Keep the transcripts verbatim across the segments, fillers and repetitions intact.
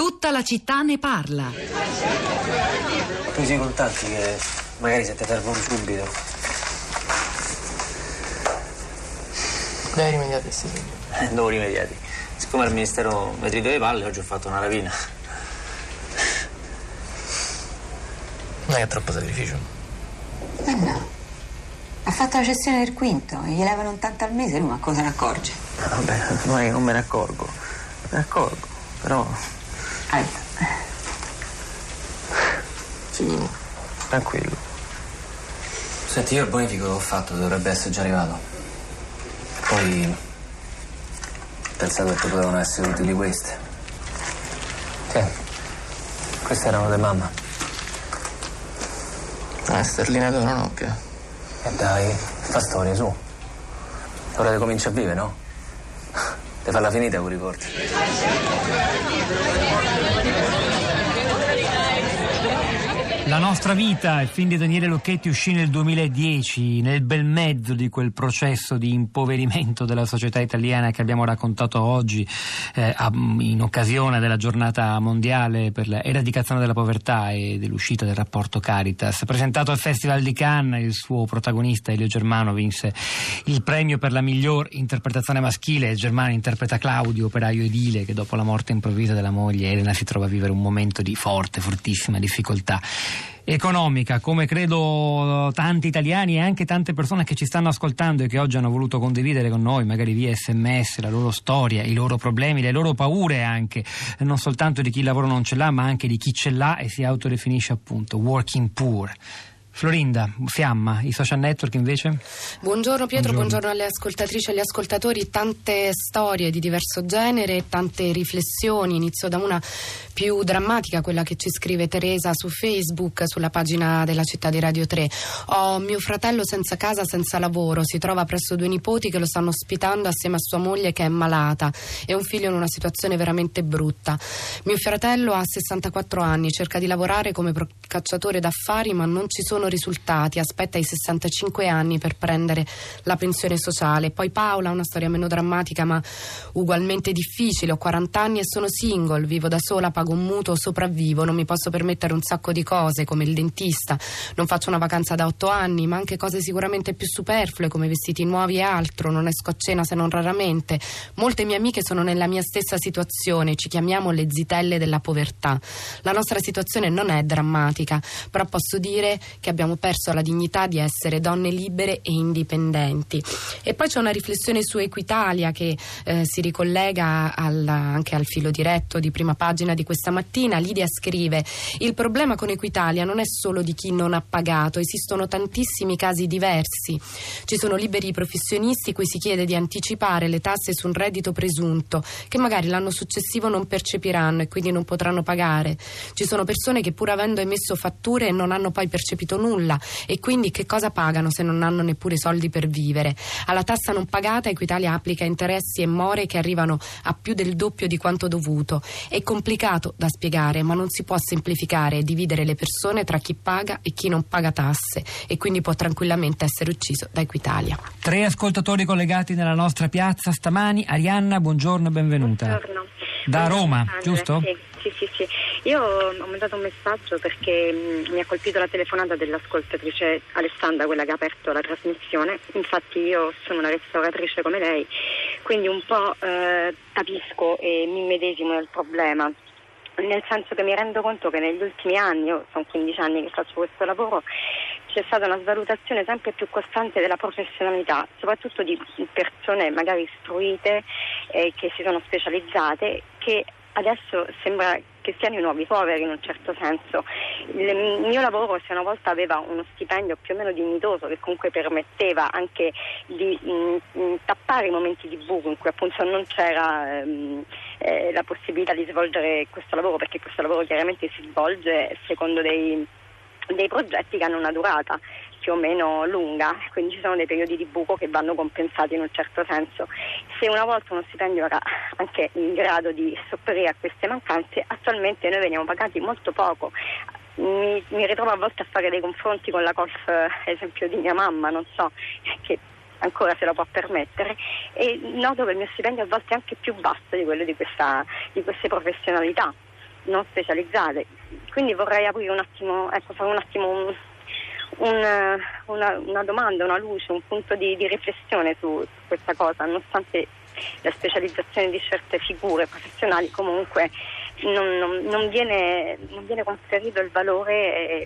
Tutta la città ne parla. Tu sei contatti che magari se ti servono subito. Dove rimediati questi soldi? Eh, dove rimediati? Siccome al ministero mi trito le palle, oggi ho fatto una rapina. Non è troppo sacrificio? Ma no. Ha fatto la cessione del quinto, gli levano un tanto al mese, lui ma cosa ne accorge? Vabbè, non è che non me ne accorgo. Me ne accorgo, però... Aia. Sicuro? Tranquillo. Senti, io il bonifico l'ho fatto, dovrebbe essere già arrivato. Poi... ho pensato che potevano essere utili queste. Sì, queste erano di mamma. Ah, sterline d'oro, no? Che? E eh dai, fa storia, su. Ora te cominci a vivere, no? Te fa la finita con i ricordi. La nostra vita, il film di Daniele Lucchetti, uscì nel duemiladieci, nel bel mezzo di quel processo di impoverimento della società italiana che abbiamo raccontato oggi eh, in occasione della giornata mondiale per l'eradicazione della povertà e dell'uscita del rapporto Caritas. Presentato al Festival di Cannes, il suo protagonista Elio Germano vinse il premio per la miglior interpretazione maschile. Germano interpreta Claudio, operaio edile, che dopo la morte improvvisa della moglie Elena si trova a vivere un momento di forte, fortissima difficoltà economica, come credo tanti italiani e anche tante persone che ci stanno ascoltando e che oggi hanno voluto condividere con noi, magari via sms, la loro storia, i loro problemi, le loro paure anche, non soltanto di chi il lavoro non ce l'ha, ma anche di chi ce l'ha e si autodefinisce appunto working poor. Florinda, Fiamma, i social network invece? Buongiorno Pietro, buongiorno. buongiorno alle ascoltatrici e agli ascoltatori. Tante storie di diverso genere, tante riflessioni. Inizio da una più drammatica, quella che ci scrive Teresa su Facebook, sulla pagina della città di Radio tre. Ho mio fratello senza casa, senza lavoro, si trova presso due nipoti che lo stanno ospitando assieme a sua moglie che è malata e un figlio in una situazione veramente brutta. Mio fratello ha sessantaquattro anni, cerca di lavorare come cacciatore d'affari ma non ci sono risultati, aspetta i sessantacinque anni per prendere la pensione sociale. Poi Paola, una storia meno drammatica ma ugualmente difficile. Ho quaranta anni e sono single, vivo da sola, pago un mutuo, sopravvivo, non mi posso permettere un sacco di cose come il dentista, non faccio una vacanza da otto anni, ma anche cose sicuramente più superflue come vestiti nuovi e altro, non esco a cena se non raramente. Molte mie amiche sono nella mia stessa situazione, ci chiamiamo le zitelle della povertà. La nostra situazione non è drammatica, però posso dire che abbiamo perso la dignità di essere donne libere e indipendenti. E poi c'è una riflessione su Equitalia che eh, si ricollega alla, anche al filo diretto di prima pagina di questa mattina. Lidia scrive: il problema con Equitalia non è solo di chi non ha pagato, esistono tantissimi casi diversi. Ci sono liberi professionisti cui si chiede di anticipare le tasse su un reddito presunto che magari l'anno successivo non percepiranno e quindi non potranno pagare. Ci sono persone che pur avendo emesso fatture non hanno poi percepito nulla e quindi che cosa pagano se non hanno neppure soldi per vivere? Alla tassa non pagata Equitalia applica interessi e more che arrivano a più del doppio di quanto dovuto. È complicato da spiegare, ma non si può semplificare e dividere le persone tra chi paga e chi non paga tasse e quindi può tranquillamente essere ucciso da Equitalia. Tre ascoltatori collegati nella nostra piazza stamani. Arianna, buongiorno e benvenuta. Buongiorno. Da Roma, Buongiorno. giusto? Sì, sì, sì, sì. Io ho mandato un messaggio perché mh, mi ha colpito la telefonata dell'ascoltatrice Alessandra, quella che ha aperto la trasmissione. Infatti io sono una restauratrice come lei, quindi un po' eh, capisco e mi immedesimo nel problema, nel senso che mi rendo conto che negli ultimi anni, io sono quindici anni che faccio questo lavoro, c'è stata una svalutazione sempre più costante della professionalità, soprattutto di persone magari istruite eh, che si sono specializzate, che adesso sembra che siano i nuovi poveri in un certo senso. Il mio lavoro, se una volta aveva uno stipendio più o meno dignitoso che comunque permetteva anche di mh, tappare i momenti di buco in cui appunto non c'era ehm, eh, la possibilità di svolgere questo lavoro, perché questo lavoro chiaramente si svolge secondo dei, dei progetti che hanno una durata più o meno lunga, quindi ci sono dei periodi di buco che vanno compensati in un certo senso. Se una volta uno stipendio era anche in grado di sopperire a queste mancanze, attualmente noi veniamo pagati molto poco. Mi, mi ritrovo a volte a fare dei confronti con la colf, esempio di mia mamma, non so, che ancora se la può permettere, e noto che il mio stipendio a volte è anche più basso di quello di, questa, di queste professionalità. non specializzate. Quindi vorrei aprire un attimo, ecco, fare un attimo un, un, una, una domanda, una luce, un punto di, di riflessione su, su questa cosa, nonostante la specializzazione di certe figure professionali comunque non, non, non, viene, non viene conferito il valore. Eh,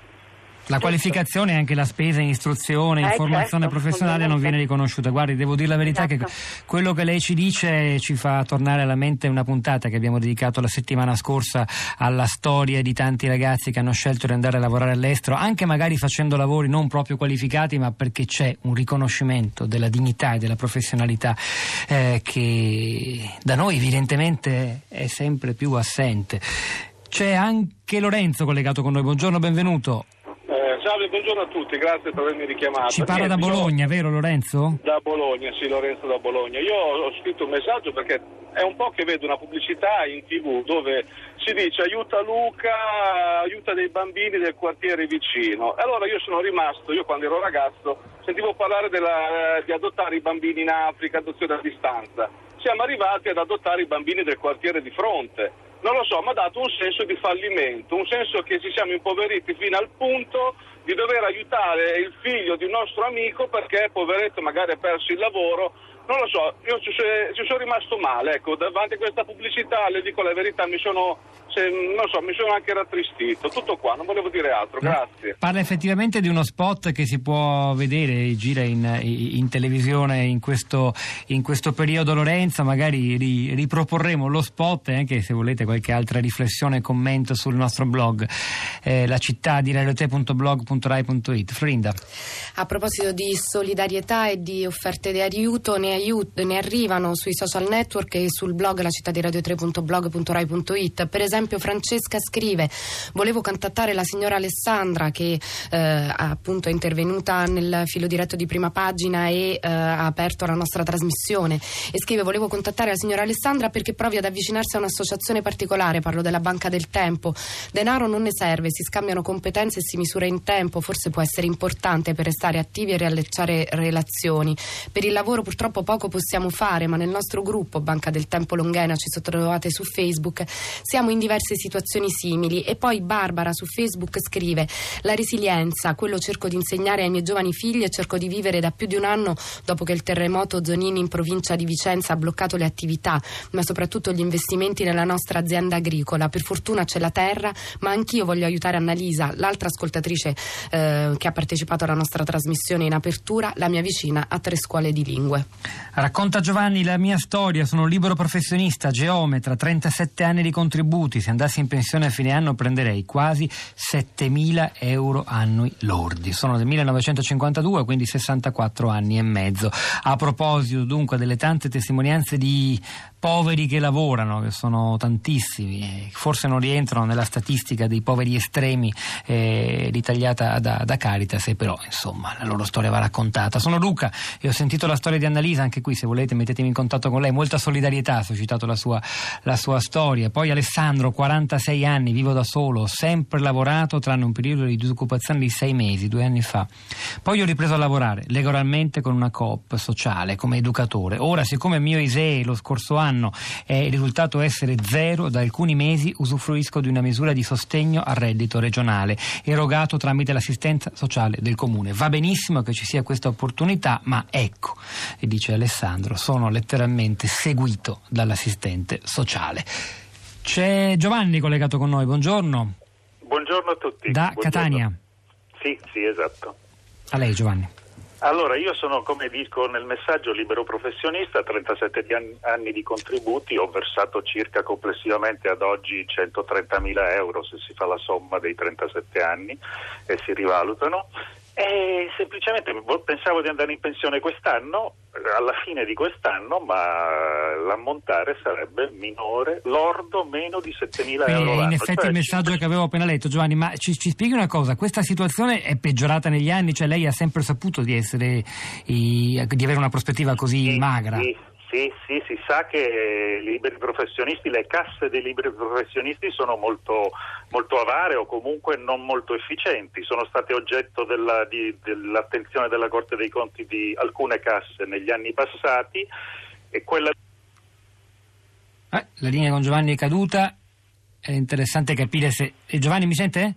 La qualificazione e anche la spesa in istruzione, in eh, formazione certo, professionale non viene riconosciuta. Guardi, devo dire la verità, esatto, che quello che lei ci dice ci fa tornare alla mente una puntata che abbiamo dedicato la settimana scorsa alla storia di tanti ragazzi che hanno scelto di andare a lavorare all'estero, anche magari facendo lavori non proprio qualificati, ma perché c'è un riconoscimento della dignità e della professionalità eh, che da noi evidentemente è sempre più assente. C'è anche Lorenzo collegato con noi. Buongiorno, benvenuto. Salve, buongiorno a tutti, grazie per avermi richiamato. Ci parla Niente, da Bologna, io... vero Lorenzo? Da Bologna, sì, Lorenzo da Bologna. Io ho scritto un messaggio perché è un po' che vedo una pubblicità in tv dove si dice aiuta Luca, aiuta dei bambini del quartiere vicino. Allora io sono rimasto, io quando ero ragazzo sentivo parlare della, di adottare i bambini in Africa, adozione a distanza. Siamo arrivati ad adottare i bambini del quartiere di fronte. Non lo so, mi ha dato un senso di fallimento, un senso che ci siamo impoveriti fino al punto di dover aiutare il figlio di un nostro amico perché poveretto magari ha perso il lavoro. Non lo so, io ci, ci sono rimasto male, ecco, davanti a questa pubblicità, le dico la verità, mi sono, se, non so, mi sono anche rattristito, tutto qua, non volevo dire altro, grazie. Parla effettivamente di uno spot che si può vedere, gira in, in televisione in questo, in questo periodo, Lorenzo, magari ri, riproporremo lo spot e anche se volete qualche altra riflessione e commento sul nostro blog, eh, la città di radio tre punto blog punto rai punto it. Florinda. A proposito di solidarietà e di offerte di aiuto, ne Aiut- ne arrivano sui social network e sul blog la città di radio tre punto blog punto rai punto it. Per esempio Francesca scrive: volevo contattare la signora Alessandra che eh, appunto è intervenuta nel filo diretto di Prima Pagina e eh, ha aperto la nostra trasmissione, e scrive: volevo contattare la signora Alessandra perché provi ad avvicinarsi a un'associazione particolare, parlo della Banca del Tempo. Denaro non ne serve, si scambiano competenze e si misura in tempo, forse può essere importante per restare attivi e riallacciare relazioni. Per il lavoro purtroppo poco possiamo fare, ma nel nostro gruppo Banca del Tempo Longhena, ci trovate su Facebook, siamo in diverse situazioni simili. E poi Barbara su Facebook scrive: la resilienza, quello cerco di insegnare ai miei giovani figli e cerco di vivere da più di un anno dopo che il terremoto Zonini in provincia di Vicenza ha bloccato le attività, ma soprattutto gli investimenti nella nostra azienda agricola. Per fortuna c'è la terra, ma anch'io voglio aiutare Annalisa, l'altra ascoltatrice eh, che ha partecipato alla nostra trasmissione in apertura, la mia vicina a tre scuole di lingue. Racconta Giovanni la mia storia, sono un libero professionista, geometra, trentasette anni di contributi, se andassi in pensione a fine anno prenderei quasi settemila euro annui lordi, sono del millenovecentocinquantadue, quindi sessantaquattro anni e mezzo. A proposito dunque delle tante testimonianze di poveri che lavorano, che sono tantissimi, forse non rientrano nella statistica dei poveri estremi eh, ritagliata da, da Caritas, e però insomma la loro storia va raccontata. Sono Luca e ho sentito la storia di Annalisa, anche qui se volete mettetemi in contatto con lei, molta solidarietà, ha suscitato la sua, la sua storia. Poi Alessandro, quarantasei anni, vivo da solo, ho sempre lavorato tranne un periodo di disoccupazione di sei mesi, due anni fa. Poi ho ripreso a lavorare legalmente con una coop sociale come educatore. Ora, siccome il mio I S E E lo scorso anno è risultato essere zero, da alcuni mesi usufruisco di una misura di sostegno al reddito regionale erogato tramite l'assistenza sociale del comune. Va benissimo che ci sia questa opportunità, ma ecco, e dice Alessandro, sono letteralmente seguito dall'assistente sociale. C'è Giovanni collegato con noi, buongiorno. Buongiorno a tutti. Da buongiorno. Catania. Sì, sì, esatto. A lei Giovanni. Allora, io sono, come dico nel messaggio, libero professionista, trentasette anni di contributi, ho versato circa complessivamente ad oggi centotrentamila euro se si fa la somma dei trentasette anni e si rivalutano. E semplicemente pensavo di andare in pensione quest'anno, alla fine di quest'anno, ma l'ammontare sarebbe minore, lordo meno di settemila euro l'anno. In effetti cioè, il messaggio che avevo appena letto, Giovanni, ma ci, ci spieghi una cosa, questa situazione è peggiorata negli anni, cioè lei ha sempre saputo di essere, di avere una prospettiva così sì, magra? Sì. Sì, sì, si sa che i liberi professionisti, le casse dei liberi professionisti sono molto, molto avare o comunque non molto efficienti. Sono state oggetto della, di, dell'attenzione della Corte dei Conti di alcune casse negli anni passati e quella... Eh, la linea con Giovanni è caduta. è interessante capire se... Eh, Giovanni mi sente?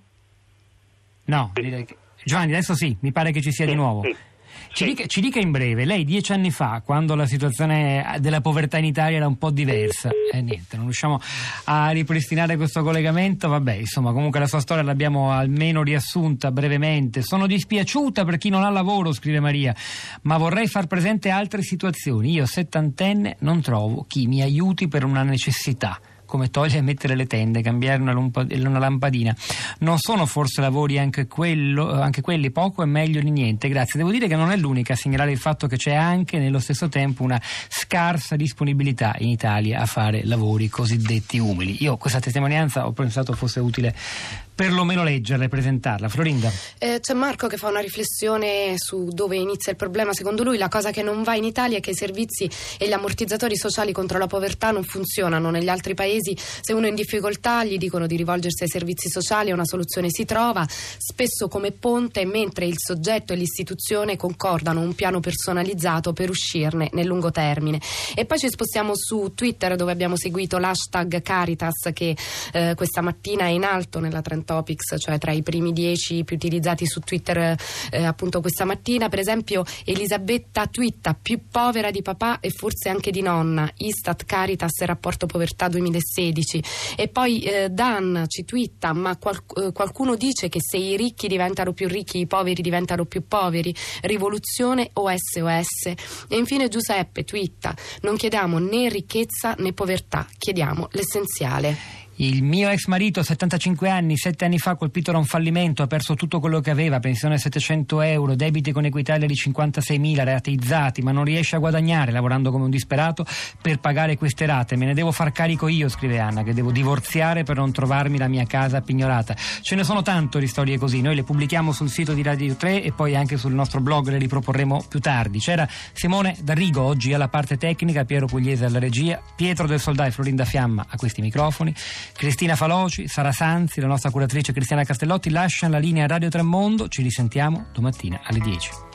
No, sì. direi che... Giovanni adesso sì, mi pare che ci sia sì, di nuovo. Sì. Ci dica, ci dica in breve, lei dieci anni fa, quando la situazione della povertà in Italia era un po' diversa, e eh, niente, non riusciamo a ripristinare questo collegamento, vabbè, insomma, comunque la sua storia l'abbiamo almeno riassunta brevemente. Sono dispiaciuta per chi non ha lavoro, scrive Maria, ma vorrei far presente altre situazioni. Io, settantenne, non trovo chi mi aiuti per una necessità, come togliere e mettere le tende, cambiare una, lumpa, una lampadina. Non sono forse lavori anche, quello, anche quelli poco e meglio di niente? Grazie. Devo dire che non è l'unica a segnalare il fatto che c'è anche nello stesso tempo una scarsa disponibilità in Italia a fare lavori cosiddetti umili. Io questa testimonianza ho pensato fosse utile perlomeno leggerla e presentarla. Florinda. Eh, c'è Marco che fa una riflessione su dove inizia il problema. Secondo lui la cosa che non va in Italia è che i servizi e gli ammortizzatori sociali contro la povertà non funzionano. Negli altri paesi, se uno è in difficoltà, gli dicono di rivolgersi ai servizi sociali e una soluzione si trova, spesso come ponte, mentre il soggetto e l'istituzione concordano un piano personalizzato per uscirne nel lungo termine. E poi ci spostiamo su Twitter, dove abbiamo seguito l'hashtag Caritas, che eh, questa mattina è in alto nella Trend Topics, cioè tra i primi dieci più utilizzati su Twitter eh, appunto questa mattina. Per esempio Elisabetta twitta: più povera di papà e forse anche di nonna, Istat, Caritas e rapporto povertà duemilasedici. E poi eh, Dan ci twitta: ma qual- eh, qualcuno dice che se i ricchi diventano più ricchi i poveri diventano più poveri, rivoluzione o S O S? E infine Giuseppe twitta: non chiediamo né ricchezza né povertà, chiediamo l'essenziale. Il mio ex marito, settantacinque anni, sette anni fa colpito da un fallimento, ha perso tutto quello che aveva, pensione settecento euro, debiti con Equitalia di cinquantaseimila rateizzati, ma non riesce a guadagnare, lavorando come un disperato per pagare queste rate. Me ne devo far carico io, scrive Anna, che devo divorziare per non trovarmi la mia casa pignorata. Ce ne sono tanto di storie così, noi le pubblichiamo sul sito di Radio tre e poi anche sul nostro blog, le riproporremo più tardi. C'era Simone D'Arrigo oggi alla parte tecnica, Piero Pugliese alla regia, Pietro del Soldà e Florinda Fiamma a questi microfoni. Cristina Faloci, Sara Sanzi, la nostra curatrice Cristiana Castellotti lasciano la linea a Radio Tre Mondo. Ci risentiamo domattina alle dieci.